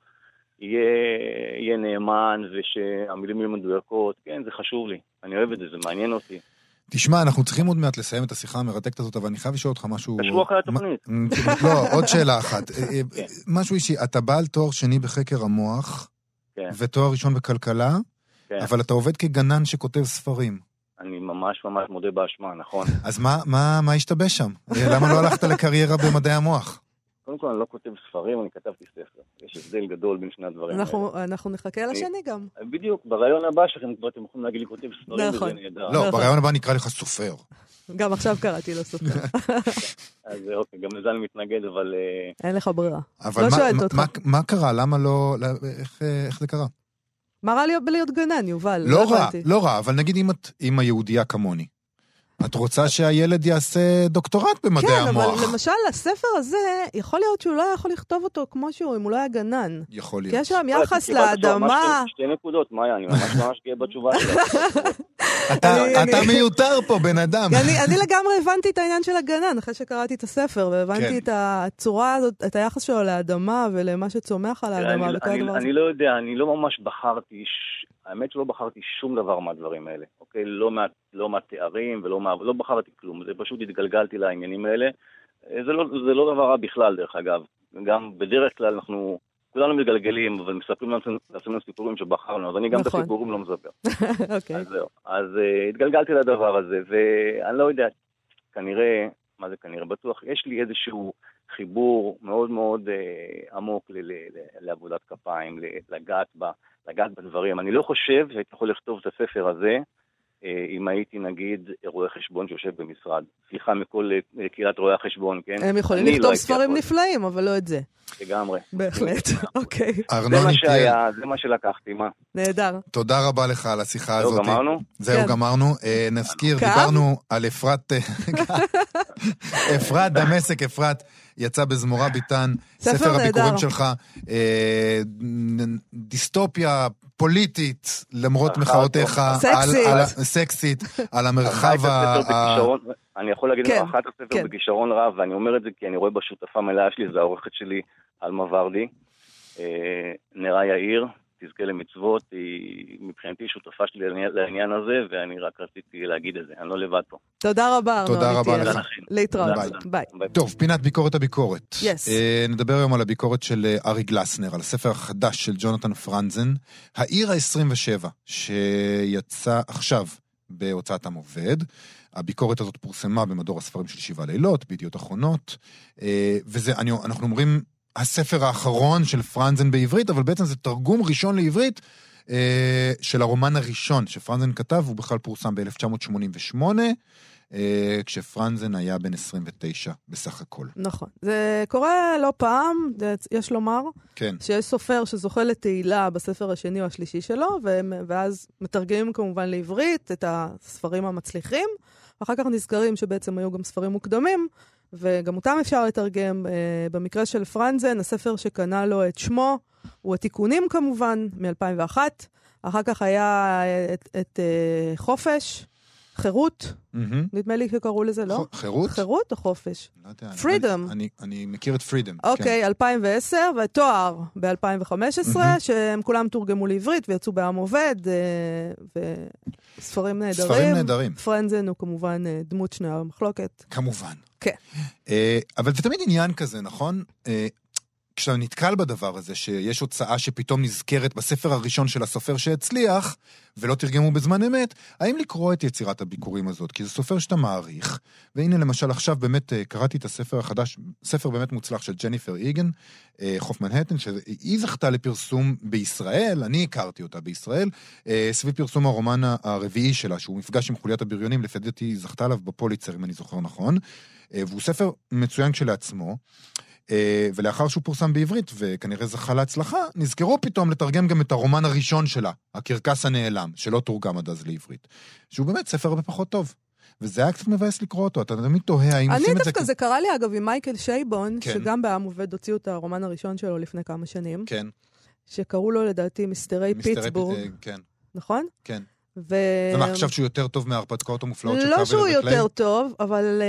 יהיה נאמן, ושהמילים יהיו מדויקות, כן, זה חשוב לי, אני אוהב את זה, זה מעניין אותי. תשמע, אנחנו צריכים עוד מעט לסיים את השיחה המרתקת הזאת, אבל אני חייב לשאול אותך משהו... תשמעו אחרי התוכנית. לא, עוד שאלה אחת. משהו אישי, אתה בעל תואר שני בחקר המוח, ותואר ראשון בכלכלה, אבל אתה עובד כגנן שכותב ספרים. אני ממש מודה באשמה, נכון. אז מה השתבש שם? למה לא הלכת לקריירה במדעי המוח? קודם כל, אני לא כותב ספרים, אני כתבתי ספר. יש הבדל גדול בין שני הדברים האלה. אנחנו נחכה לשני גם. בדיוק, ברעיון הבא שלכם כבר אתם יכולים להגיד לי כותב ספרים, וזה נהדר. לא, ברעיון הבא נקרא לך סופר. גם עכשיו קראתי לו סופר. אז אוקיי, גם לזה אני מתנגד, אבל... אין לך ברירה. אבל מה קרה? למה לא... איך זה קרה? מה רע להיות גנן, יובל? לא רע, אבל נגיד אם היהודייה כמוני. את רוצה שהילד יעשה דוקטורט במדעי המוח. כן, אבל למשל, הספר הזה, יכול להיות שהוא לא יכול לכתוב אותו כמו שהוא, אם הוא לא היה גנן. יכול להיות. כי יש שם יחס לאדמה... שתי נקודות, מאיה, אני ממש גאה בתשובה שלה. אתה מיותר פה, בן אדם. אני לגמרי הבנתי את העניין של הגנן, אחרי שקראתי את הספר, והבנתי את הצורה הזאת, את היחס שלו לאדמה, ולמה שצומח על האדמה. אני לא יודע, אני לא ממש בחרתי... האמת שלא בחרתי שום דבר מהדברים האלה, אוקיי? לא מהתארים ולא בחרתי כלום, זה פשוט התגלגלתי לעניינים האלה. זה לא דבר רע בכלל, דרך אגב. גם בדרך כלל אנחנו, כולנו מתגלגלים, אבל מספרים לנו סיפורים שבחרנו, אז אני גם בסיפורים לא מספר. אוקיי. אז התגלגלתי לדבר הזה, ואני לא יודע, כנראה, מה זה כנראה? בטוח, יש לי איזשהו חיבור מאוד מאוד עמוק לעבודת כפיים, לגעת בדברים. אני לא חושב שהייתי יכול לכתוב את הספר הזה, אם הייתי נגיד רואה חשבון שיושב במשרד. סליחה מכל קהילת רואי החשבון, כן? הם יכולים לכתוב ספרים נפלאים, אבל לא את זה. לגמרי. בהחלט, אוקיי. זה מה שהיה, זה מה שלקחתי, מה? נהדר. תודה רבה לך על השיחה הזאת. זהו, גמרנו? זהו, גמרנו. נזכיר, דיברנו על אפרת דמשק, אפרת. יצא בזמורה ביטן, ספר הביקורים שלך, דיסטופיה פוליטית, למרות מחאותיך, סקסית, על המרחב אני יכול להגיד, אחת הספר בכישרון רב, ואני אומר את זה כי אני רואה בשותפה מלאה שלי, זה העורכת שלי, אלמה ורדי, נראה יאיר, תזכה למצוות, היא מבחינתי שותפה שלי לעניין הזה, ואני רק רציתי להגיד את זה, אני לא לבד פה. תודה רבה, ארנון. תודה רבה לך. להתראות. ביי. טוב, פינת ביקורת הביקורת. נדבר היום על הביקורת של ארי גלסנר, על הספר החדש של ג'ונתן פרנזן, העיר ה-27, שיצא עכשיו בהוצאת עם עובד. הביקורת הזאת פורסמה במדור הספרים של 7 לילות, בידיעות אחרונות, וזה, אנחנו אומרים, הספר האחרון של פרנזן בעברית, אבל בעצם זה תרגום ראשון לעברית של הרומן הראשון שפרנזן כתב, הוא בכלל פורסם ב-1988, כשפרנזן היה בן 29 בסך הכל. נכון. זה קורה לא פעם, יש לומר, כן. שיש סופר שזוכה לתהילה בספר השני או השלישי שלו, ואז מתרגמים כמובן לעברית את הספרים המצליחים, אחר כך נזכרים שבעצם היו גם ספרים מוקדמים, וגם אותם אפשר לתרגם. במקרה של פרנזן, הספר שקנה לו את שמו, הוא התיקונים כמובן, מ-2001. אחר כך היה את חופש, חירות, נדמה לי שקראו לזה, לא? חירות? חירות או חופש? לא יודע. פרידם. אני מכיר את פרידם. אוקיי, 2010, ותואר ב-2015, שהם כולם תורגמו לעברית ויצאו בעם עובד, וספרים נהדרים. ספרים נהדרים. פרנזן הוא כמובן דמות שנויה במחלוקת. כמובן. כן. אבל זה תמיד עניין כזה, נכון? כשאתה נתקל בדבר הזה, שיש הוצאה שפתאום נזכרת בספר הראשון של הסופר שהצליח, ולא תרגמו בזמן אמת, האם לקרוא את יצירת הביקורים הזאת? כי זה סופר שאתה מעריך, והנה למשל עכשיו באמת קראתי את הספר החדש, ספר באמת מוצלח של ג'ניפר איגן, חוף מנהטן, שהיא זכתה לפרסום בישראל, אני הכרתי אותה בישראל, סביב פרסום הרומן הרביעי שלה, שהוא מפגש עם חוליית הבריונים, לפי דעתי זכתה עליו בפוליצר, אם אני זוכר נכון, והוא ספר מצוין כשלעצמו, ולאחר שהוא פורסם בעברית, וכנראה זכה להצלחה, נזכרו פתאום לתרגם גם את הרומן הראשון שלה, הקרקס הנעלם, שלא תורגם עד אז לעברית. שהוא באמת ספר הרבה פחות טוב. וזה היה קצת מבאס לקרוא אותו, אתה תמיד תוהה, האם עושים את זה... אני דווקא, זה קרה לי אגב עם מייקל שייבון, שגם בעם עובד הוציאו את הרומן הראשון שלו לפני כמה שנים. כן. שקראו לו לדעתי מיסטרי פיטסבורג. כן. נכון? כן. ומה, חשבת שהוא יותר טוב מההרפתקאות המופלאות של קאבל לא שהוא וקליי? יותר טוב, אבל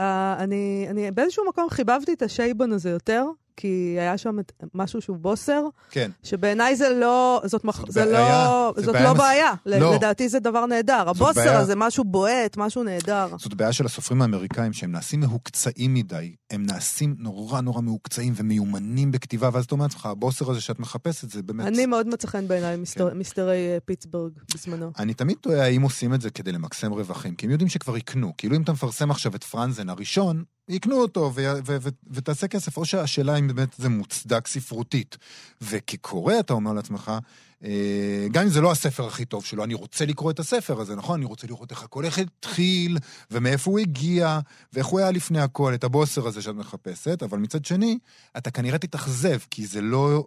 אני באיזשהו מקום חיבבתי את השייבון הזה יותר, כי היה שם משהו שהוא בוסר, כן. שבעיניי זה לא, זאת לא בעיה. לדעתי זה דבר נהדר. הבוסר הזה, משהו בועט, משהו נהדר. זאת בעיה של הסופרים האמריקאים, שהם נעשים מהוקצאים מדי, הם נעשים נורא נורא מהוקצאים ומיומנים בכתיבה, ואז אתה אומר לך, הבוסר הזה שאת מחפשת, זה באמת... אני מאוד מצא חן בעיניי מיסטרי פיטסבורג בזמנו. אני תמיד טועה האם עושים את זה כדי למקסם רווחים, כי הם יודעים שכבר יקנו. כאילו אם אתה מפרסם עכשיו את פרנזן הראשון, יקנו אותו ותעשה כסף, או שהשאלה אם באמת זה מוצדק ספרותית. וכקורא אתה אומר לעצמך, גם אם זה לא הספר הכי טוב שלו, אני רוצה לקרוא את הספר הזה, נכון? אני רוצה לראות איך הכל התחיל, ומאיפה הוא הגיע, ואיך הוא היה לפני הכל, את הבוסר הזה שאת מחפשת, אבל מצד שני, אתה כנראה תתאכזב, כי זה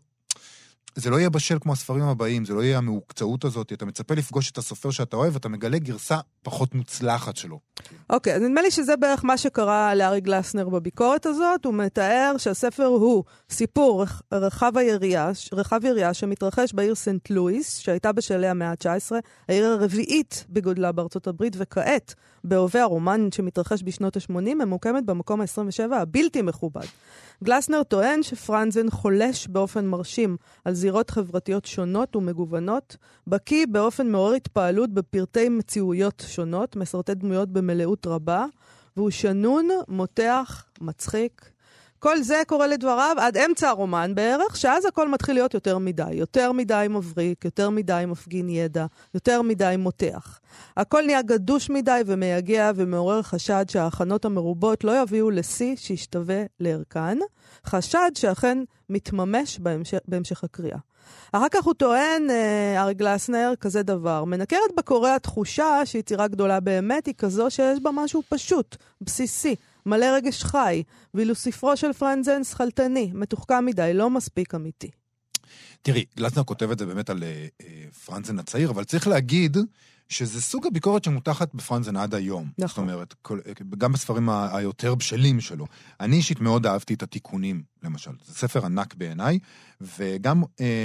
לא יהיה בשל כמו הספרים הבאים, זה לא יהיה המהוקצאות הזאת, אתה מצפה לפגוש את הסופר שאתה אוהב, אתה מגלה גרסה פחות מוצלחת שלו. אוקיי, אז נדמה לי שזה בערך מה שקרה לארי גלסנר בביקורת הזאת, הוא מתאר שהספר הוא סיפור רחב יריעה שמתרחש בעיר סנט לואיס, שהייתה בשלהי המאה ה-19, העיר הרביעית בגודלה בארצות הברית, וכעת, בהווה הרומן שמתרחש בשנות ה-80, ממוקמת במקום ה-27 הבלתי מכובד. גלסנר טוען שפרנזן חולש באופן מרשים על זירות חברתיות שונות ומגוונות, בקיא באופן מעורר התפעלות בפרטי מציאויות שונות, מסרטט דמויות במלאות רבה, והוא שנון, מותח, מצחיק. כל זה קורה לדבריו עד אמצע הרומן בערך, שאז הכל מתחיל להיות יותר מדי מבריק, יותר מדי מפגין ידע, יותר מדי מותח. הכל נהיה גדוש מדי ומייגע ומעורר חשד שההכנות המרובות לא יביאו לשיא שישתווה לערכן, חשד שאכן מתממש בהמשך הקריאה. אחר כך הוא טוען, ארי גלסנר, כזה דבר. מנקרת בקורא התחושה שיצירה גדולה באמת היא כזו שיש בה משהו פשוט, בסיסי, מלא רגש חי, ואילו ספרו של פרנזן שחלטני, מתוחכם מדי, לא מספיק אמיתי. תראי, גלסנר כותב את זה באמת על פרנזן הצעיר, אבל צריך להגיד שזה סוג הביקורת שמותחת בפרנזן עד היום. נכון. זאת אומרת, גם בספרים היותר בשלים שלו. אני אישית מאוד אהבתי את התיקונים, למשל. זה ספר ענק בעיניי, וגם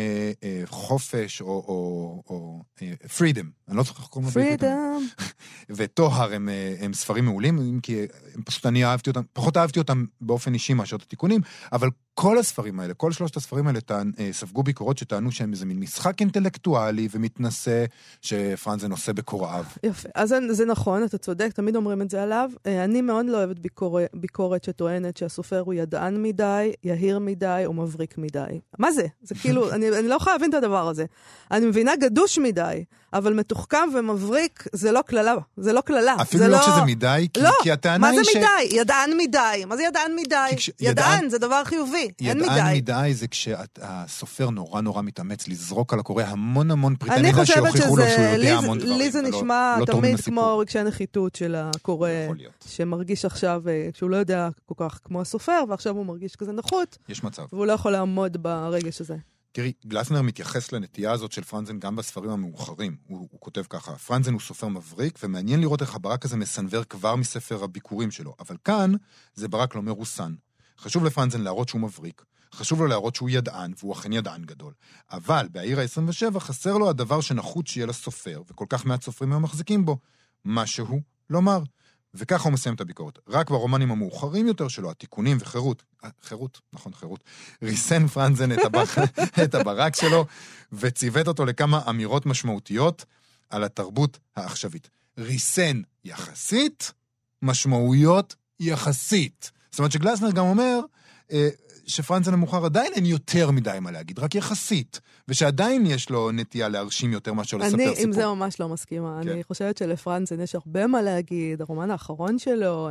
חופש או פרידם. אני לא זוכר איך קוראים לו. פרידם. וטוהר הם ספרים מעולים, כי פשוט אני אהבתי אותם, פחות אהבתי אותם באופן אישי מאשר את התיקונים, אבל כל הספרים האלה, כל שלושת הספרים האלה ספגו ביקורות שטענו שהם איזה מין משחק אינטלקטואלי ומתנשא שפרנזן עושה בקוראיו. יפה, אז זה נכון, אתה צודק, תמיד אומרים את זה עליו. אני מאוד לא אוהבת ביקורת שטוענת שהסופר הוא ידען מדי, יהיר מדי או מבריק מדי. מה זה? זה כאילו, אני לא יכולה להבין את הדבר הזה. אני מבינה גדוש מדי, אבל מתוחכם ומבריק זה לא כללה. זה לא כללה. אפילו לא שזה מדי, כי הטענה היא מה זה מדי? ידען מדי. מה זה ידען מדי? ידען זה דבר חיובי. אין מדי. ידען מדי זה כשהסופר נורא נורא מתאמץ לזרוק על הקורא המון פריטי מידע שיוכיחו לו שהוא יודע המון דברים. לי זה נשמע תמיד כמו רגשי נחיתות של הקורא, שמרגיש עכשיו שהוא לא יודע כל כך כמו הסופר, ועכשיו הוא מרגיש כזה נחות. יש מצב. והוא לא יכול לעמוד ברגש הזה. תראי, גלסנר מתייחס לנטייה הזאת של פרנזן גם בספרים המאוחרים. הוא כותב ככה, פרנזן הוא סופר מבריק, ומעניין לראות איך הברק הזה מסנבר כבר מספר הביקורים שלו. אבל כאן זה ברק לא מרוסן. חשוב לפרנזן להראות שהוא מבריק, חשוב לו להראות שהוא ידען, והוא אכן ידען גדול. אבל בעיר ה-27 חסר לו הדבר שנחוץ שיהיה לסופר, וכל כך מעט סופרים הם מחזיקים בו, משהו לומר. וככה הוא מסיים את הביקורת. רק ברומנים המאוחרים יותר שלו, התיקונים וחירות, חירות, ריסן פרנזן את הברק שלו, וציוות אותו לכמה אמירות משמעותיות על התרבות העכשווית. ריסן יחסית, משמעויות יחסית. זאת אומרת שגלסנר גם אומר שפרנזן המאוחר עדיין אין יותר מדי מה להגיד, רק יחסית, ושעדיין יש לו נטייה להרשים יותר מאשר לספר סיפור. אני עם זה ממש לא מסכימה. אני חושבת שלפרנזן יש הרבה מה להגיד. הרומן האחרון שלו,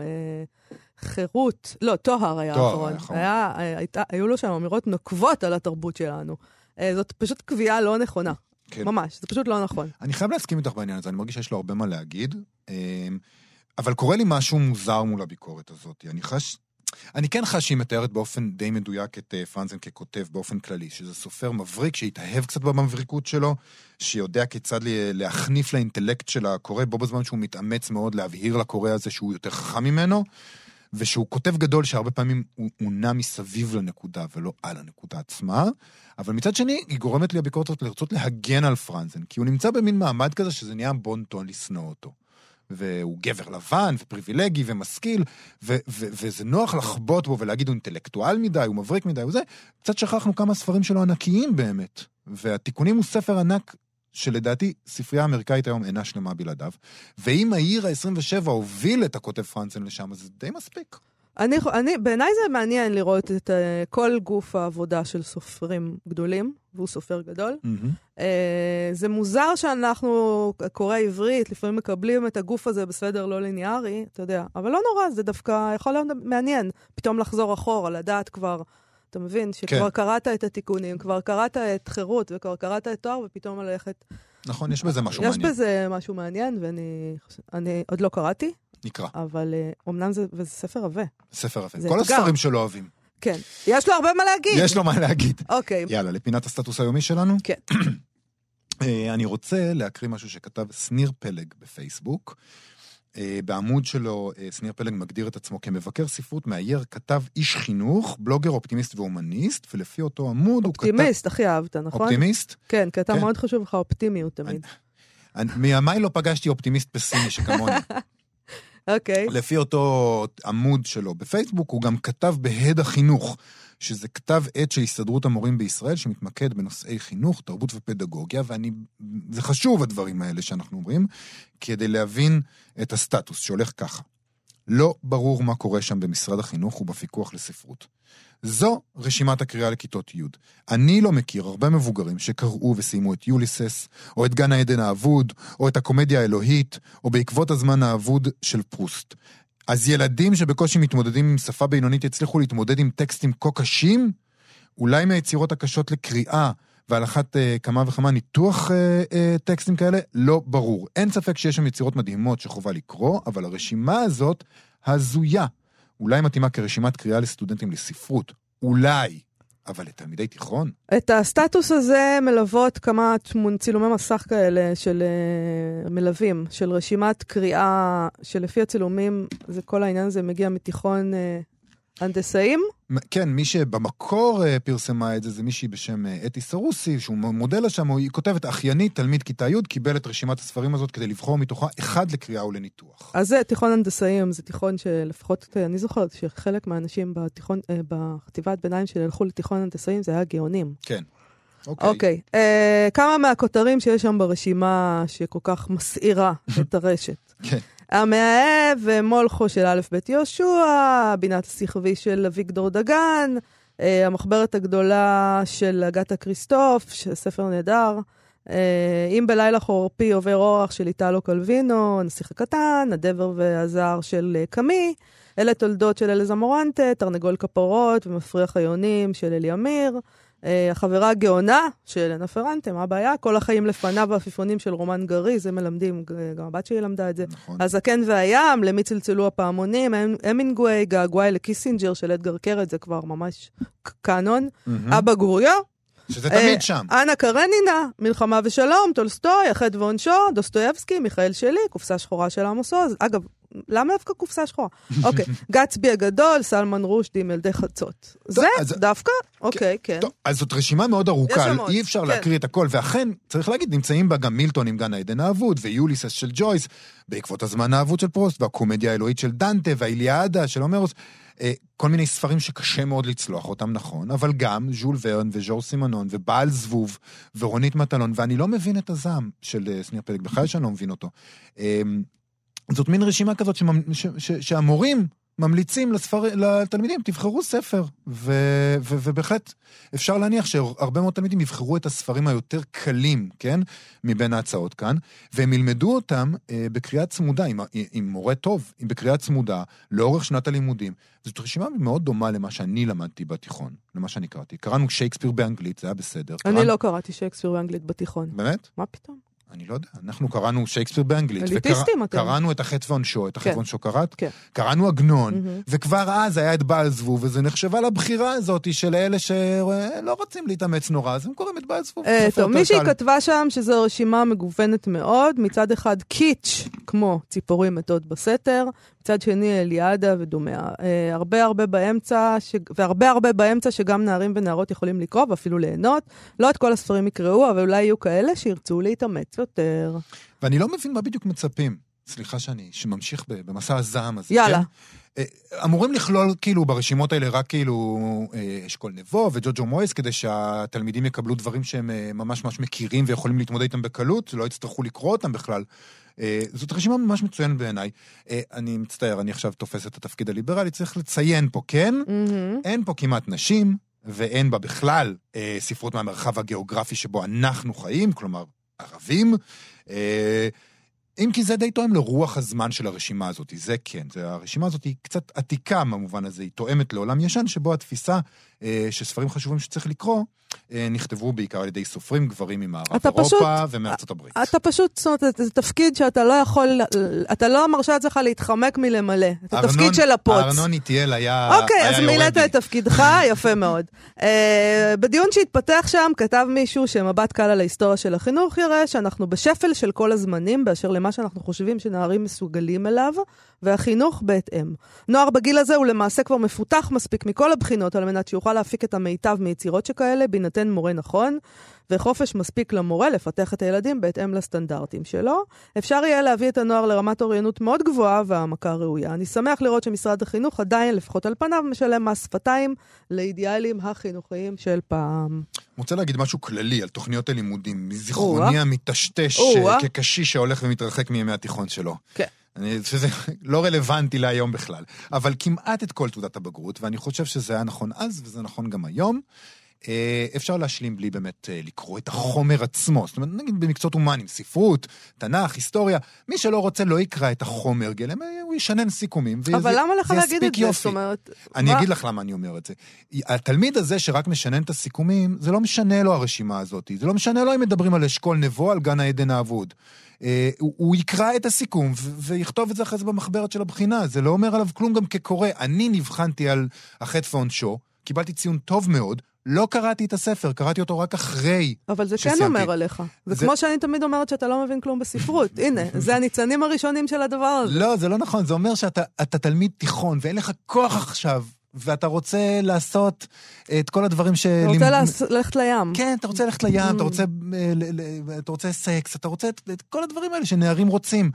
חירות, לא, טוהר היה האחרון. היו לו שם אמירות נוקבות על התרבות שלנו. זאת פשוט קביעה לא נכונה. ממש, זה פשוט לא נכון. אני חייב להסכים איתך בעניין הזה, אני מרגיש שיש לו הרבה מה להגיד, אבל קורה לי משהו מוזר מול הביקורת הזאת. אני חש... אני כן חש שהיא מתארת באופן די מדויק את פרנזן ככותב באופן כללי, שזה סופר מבריק, שהתאהב קצת במבריקות שלו, שיודע כיצד להכניף לאינטלקט של הקורא, בו בזמן שהוא מתאמץ מאוד להבהיר לקורא הזה שהוא יותר חכם ממנו, ושהוא כותב גדול שהרבה פעמים הוא נע מסביב לנקודה ולא על הנקודה עצמה, אבל מצד שני היא גורמת לי הביקורת לרצות להגן על פרנזן, כי הוא נמצא במין מעמד כזה שזה נהיה בון טון לשנוא אותו. והוא גבר לבן ופריבילגי ומשכיל, וזה נוח לחבוט בו ולהגיד הוא אינטלקטואל מדי, הוא מבריק מדי, וזה, קצת שכחנו כמה ספרים שלו ענקיים באמת, והתיקונים הוא ספר ענק שלדעתי ספרייה האמריקאית היום אינה שלמה בלעדיו, ואם העיר ה-27 הוביל את הכותב פרנזן לשם, אז זה די מספיק. בעיניי זה מעניין לראות את כל גוף העבודה של סופרים גדולים, והוא סופר גדול. זה מוזר שאנחנו, קורא עברית, לפעמים מקבלים את הגוף הזה בסדר לא ליניארי, אתה יודע, אבל לא נורא, זה דווקא יכול להיות מעניין, פתאום לחזור אחורה, לדעת כבר, אתה מבין, שכבר קראת את התיקונים, כבר קראת את חירות, וכבר קראת את תואר, ופתאום ללכת... נכון, יש בזה משהו מעניין. יש בזה משהו מעניין, ואני עוד לא קראתי. נקרא. אבל אומנם זה ספר עבה. ספר עבה. כל הספרים שלו אוהבים. כן. יש לו הרבה מה להגיד. יש לו מה להגיד. אוקיי. יאללה, לפינת הסטטוס היומי שלנו. כן. אני רוצה להקריא משהו שכתב שניר פלג בפייסבוק. בעמוד שלו, שניר פלג מגדיר את עצמו כמבקר ספרות, מאייר, כתב איש חינוך, בלוגר, אופטימיסט ואומניסט, ולפי אותו עמוד הוא כתב... אופטימיסט, הכי אהבת, נכון? אופטימיסט? כן, כי אתה מאוד חשוב לך אופטימיות תמיד. מימיי לא פגשתי אופטימיסט פסימי שכמוני. אוקיי. לפי אותו עמוד שלו בפייסבוק, הוא גם כתב בהד החינוך, שזה כתב עת של הסתדרות המורים בישראל, שמתמקד בנושאי חינוך, תרבות ופדגוגיה, זה חשוב הדברים האלה שאנחנו אומרים, כדי להבין את הסטטוס שהולך ככה. לא ברור מה קורה שם במשרד החינוך ובפיקוח לספרות. זו רשימת הקריאה לכיתות י'. אני לא מכיר הרבה מבוגרים שקראו וסיימו את יוליסס, או את גן העדן האבוד, או את הקומדיה האלוהית, או בעקבות הזמן האבוד של פרוסט. אז ילדים שבקושי מתמודדים עם שפה בינונית יצליחו להתמודד עם טקסטים כה קשים, אולי מהיצירות הקשות לקריאה, ועל אחת כמה וכמה ניתוח טקסטים כאלה, לא ברור. אין ספק שיש שם יצירות מדהימות שחובה לקרוא, אבל הרשימה הזאת הזויה. אולי מתאימה כרשימת קריאה לסטודנטים לספרות. אולי. אבל לתלמידי תיכון? את הסטטוס הזה מלוות כמה צילומי מסך כאלה של מלווים, של רשימת קריאה, שלפי הצילומים, זה כל העניין הזה מגיע מתיכון הנדסאים. כן, מי שבמקור פרסמה את זה, זה מישהי בשם אתי סרוסי, שהוא מודל לשם, היא כותבת, אחיינית, תלמיד כיתה י', קיבל את רשימת הספרים הזאת כדי לבחור מתוכה אחד לקריאה ולניתוח. אז זה תיכון הנדסאים, זה תיכון שלפחות, אני זוכרת שחלק מהאנשים בחטיבת ביניים שהלכו לתיכון הנדסאים, זה היה גאונים. כן. אוקיי. כמה מהכותרים שיש שם ברשימה שכל כך מסעירה את הרשת. כן. המאהב ומולכו של א' ב' יהושע, בינת השכבי של אביגדור דגן, המחברת הגדולה של אגתה כריסטוף, ספר נהדר, אם בלילה חורפי עובר אורח של איטלו קלווינו, הנסיך הקטן, הדבר והזר של קמי, אלה תולדות של אלזה מורנטה, תרנגול כפרות ומפריח היונים של אלי אמיר, החברה הגאונה של אלנה פרנטה, מה הבעיה? כל החיים לפניו והעפיפונים של רומן גרי, זה מלמדים, גם הבת שלי למדה את זה. נכון. הזקן והים, למי צלצלו הפעמונים, המינגווי, געגועי לקיסינג'ר של אדגר קרת, זה כבר ממש קאנון. אבא גוריו. שזה תמיד שם. אנה קרנינה, מלחמה ושלום, טולסטוי, החטא ועונשו, דוסטויבסקי, מיכאל שלי, קופסה שחורה של עמוס עוז. אגב, למה דווקא קופסה שחורה? אוקיי, גצבי הגדול, סלמן רושדי, מלדי חצות. זה דווקא? אוקיי, כן. אז זאת רשימה מאוד ארוכה, אי אפשר להקריא את הכל, ואכן, צריך להגיד, נמצאים בה גם מילטון עם גן העדן האבוד, ויוליסס של ג'ויס, בעקבות הזמן האבוד של פרוסט, והקומדיה האלוהית של דנטה, והאיליאדה של הומרוס, כל מיני ספרים שקשה מאוד לצלוח אותם, נכון, אבל גם ז'ול ורן וז'ור סימנון ובעל זבוב ורונית מטלון, ואני לא מבין את הזעם של שניר פלג, בכלל שאני לא מבין אותו. זאת מין רשימה כזאת שהמורים ממליצים לתלמידים, תבחרו ספר, ובהחלט אפשר להניח שהרבה מאוד תלמידים יבחרו את הספרים היותר קלים, כן, מבין ההצעות כאן, והם ילמדו אותם בקריאה צמודה, עם מורה טוב, בקריאה צמודה, לאורך שנת הלימודים. זאת רשימה מאוד דומה למה שאני למדתי בתיכון, למה שאני קראתי. קראנו שייקספיר באנגלית, זה היה בסדר. אני לא קראתי שייקספיר באנגלית בתיכון. באמת? מה פתאום? אני לא יודע, אנחנו קראנו שייקספיר באנגלית. אליטיסטים אתם. קראנו את החטא ועונשו, את החטא ועונשו קראת. כן. קראנו עגנון, וכבר אז היה את בעל זבוב, וזה נחשבה לבחירה הזאת של אלה שלא רוצים להתאמץ נורא, אז הם קוראים את בעל זבוב. טוב, מישהי כתבה שם שזו רשימה מגוונת מאוד, מצד אחד קיץ' כמו ציפורים מתות בסתר, מצד שני אליאדה ודומיה. הרבה והרבה באמצע שגם נערים ונערות יכולים לקרוא ואפילו ליהנות. לא את כל הספרים יקראו, אבל אולי יהיו כאלה שירצו להתאמץ יותר. ואני לא מבין מה בדיוק מצפים. סליחה שממשיך במסע הזעם הזה. יאללה. כן? אמורים לכלול כאילו ברשימות האלה רק כאילו אשכול נבו וג'וג'ו מויס, כדי שהתלמידים יקבלו דברים שהם ממש ממש מכירים ויכולים להתמודד איתם בקלות, לא יצטרכו לקרוא אותם בכלל. זאת רשימה ממש מצוינת בעיניי. אני מצטער, אני עכשיו תופס את התפקיד הליברלי, צריך לציין פה, כן? אין פה כמעט נשים, ואין בה בכלל ספרות מהמרחב הגיאוגרפי שבו אנחנו חיים, כלומר ערבים, אם כי זה די תואם לרוח הזמן של הרשימה הזאת, זה כן, הרשימה הזאת היא קצת עתיקה במובן הזה, היא תואמת לעולם ישן, שבו התפיסה שספרים חשובים שצריך לקרוא, נכתבו בעיקר על ידי סופרים גברים ממערב אירופה ומארצות הברית. אתה פשוט, זאת אומרת, זה תפקיד שאתה לא יכול, אתה לא מרשה עצמך להתחמק מלמלא. זה תפקיד של הפוץ. ארנון איטיאל היה יורד. אוקיי, אז מילאת את תפקידך, יפה מאוד. בדיון שהתפתח שם, כתב מישהו שמבט קל על ההיסטוריה של החינוך יראה שאנחנו בשפל של כל הזמנים, באשר למה שאנחנו חושבים שנערים מסוגלים אליו, והחינוך בהתאם. נוער בגיל הזה הוא למעשה כבר מפותח מספיק מכל הבחינות, על מנת שיוכל להפיק את המיטב מיצירות שכאלה, בינתן מורה נכון, וחופש מספיק למורה לפתח את הילדים בהתאם לסטנדרטים שלו. אפשר יהיה להביא את הנוער לרמת אוריינות מאוד גבוהה והעמקה ראויה. אני שמח לראות שמשרד החינוך עדיין, לפחות על פניו, משלם מס שפתיים לאידיאלים החינוכיים של פעם. רוצה להגיד משהו כללי על תוכניות הלימודים, מזיכרוני המטשטש כקשיש שהולך ומתרחק מימי התיכון שלו. כן. שזה לא רלוונטי להיום בכלל. אבל כמעט את כל תעודת הבגרות, ואני חושב שזה היה נכון אז, וזה נכון גם היום, אפשר להשלים בלי באמת לקרוא את החומר עצמו. זאת אומרת, נגיד במקצועות הומניים, ספרות, תנ"ך, היסטוריה, מי שלא רוצה לא יקרא את החומר גלם, הוא ישנן סיכומים. אבל למה לך להגיד את זה? זאת אומרת, אני אגיד לך למה אני אומר את זה. התלמיד הזה שרק משנן את הסיכומים, זה לא משנה לו הרשימה הזאת. זה לא משנה לו אם מדברים על אשכול נבו, על גן העדן האבוד. הוא יקרא את הסיכום ויכתוב את זה אחרי זה במחברת של הבחינה. זה לא אומר עליו כלום גם כקורא. אני נבחנתי על החטא ועונשו, קיבלתי ציון טוב מאוד, לא קראתי את הספר, קראתי אותו רק אחרי. אבל זה כן אומר עליך. זה כמו שאני תמיד אומרת שאתה לא מבין כלום בספרות. הנה, זה הניצנים הראשונים של הדבר הזה. לא, זה לא נכון. זה אומר שאתה תלמיד תיכון, ואין לך כוח עכשיו, ואתה רוצה לעשות את כל הדברים אתה רוצה ללכת לים. כן, אתה רוצה ללכת לים, אתה רוצה סקס, אתה רוצה את כל הדברים האלה שנערים רוצים.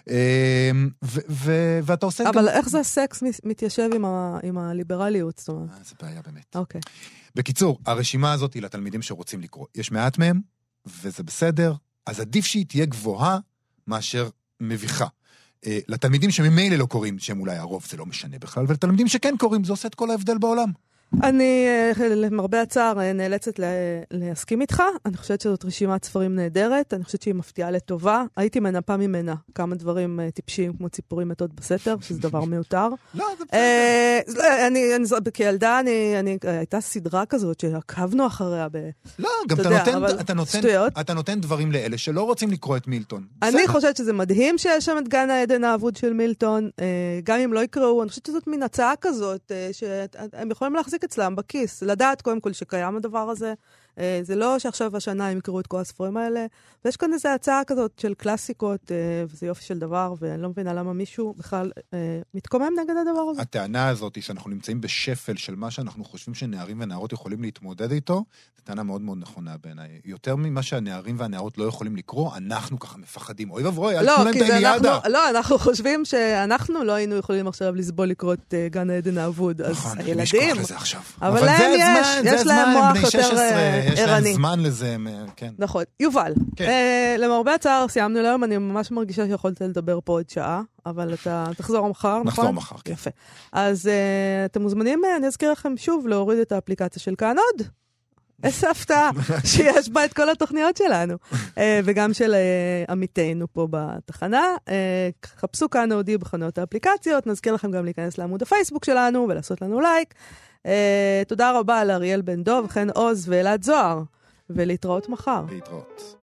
ואתה עושה... אבל איך זה סקס מתיישב עם הליברליות? זאת אומרת? זה בעיה באמת. אוקיי. בקיצור, הרשימה הזאת היא לתלמידים שרוצים לקרוא. יש מעט מהם, וזה בסדר, אז עדיף שהיא תהיה גבוהה מאשר מביכה. לתלמידים שממילא לא קוראים, שהם אולי הרוב, זה לא משנה בכלל, ולתלמידים שכן קוראים, זה עושה את כל ההבדל בעולם. אני, למרבה הצער, נאלצת להסכים איתך. אני חושבת שזאת רשימת ספרים נהדרת. אני חושבת שהיא מפתיעה לטובה. הייתי מנפה ממנה כמה דברים טיפשיים, כמו ציפורים מתות בסתר, שזה דבר מיותר. לא, זה בסדר. כילדה, הייתה סדרה כזאת שעקבנו אחריה לא, גם אתה נותן דברים לאלה שלא רוצים לקרוא את מילטון. אני חושבת שזה מדהים שיש שם את גן העדן האבוד של מילטון. גם אם לא יקראו, אני חושבת שזאת מין הצעה כזאת, שהם יכולים להחזיק אצלם בכיס, לדעת קודם כל שקיים הדבר הזה. זה לא שעכשיו השנה הם יקראו את כל הספרים האלה, ויש כאן איזו הצעה כזאת של קלאסיקות, וזה יופי של דבר, ואני לא מבינה למה מישהו בכלל מתקומם נגד הדבר הזה. הטענה הזאת היא שאנחנו נמצאים בשפל של מה שאנחנו חושבים שנערים ונערות יכולים להתמודד איתו, זו טענה מאוד מאוד נכונה בעיניי. יותר ממה שהנערים והנערות לא יכולים לקרוא, אנחנו ככה מפחדים. אוי וברוי, אל תנו להם את היליאדה. לא, אנחנו חושבים שאנחנו לא היינו יכולים עכשיו לסבול לקרוא את גן העדן האבוד, אז הילדים. אבל יש להם מוח יותר יש להם זמן לזה, כן. נכון. יובל, למרבה הצער סיימנו להיום, אני ממש מרגישה שיכולת לדבר פה עוד שעה, אבל אתה תחזור מחר, נכון? נחזור מחר, כן. יפה. אז אתם מוזמנים, אני אזכיר לכם שוב להוריד את האפליקציה של כאן עוד. איזה הפתעה שיש בה את כל התוכניות שלנו, וגם של עמיתנו פה בתחנה. חפשו כאן אודי בחנויות האפליקציות, נזכיר לכם גם להיכנס לעמוד הפייסבוק שלנו ולעשות לנו לייק. תודה רבה לאריאל בן דוב, חן עוז ואלעד זוהר, ולהתראות מחר. להתראות.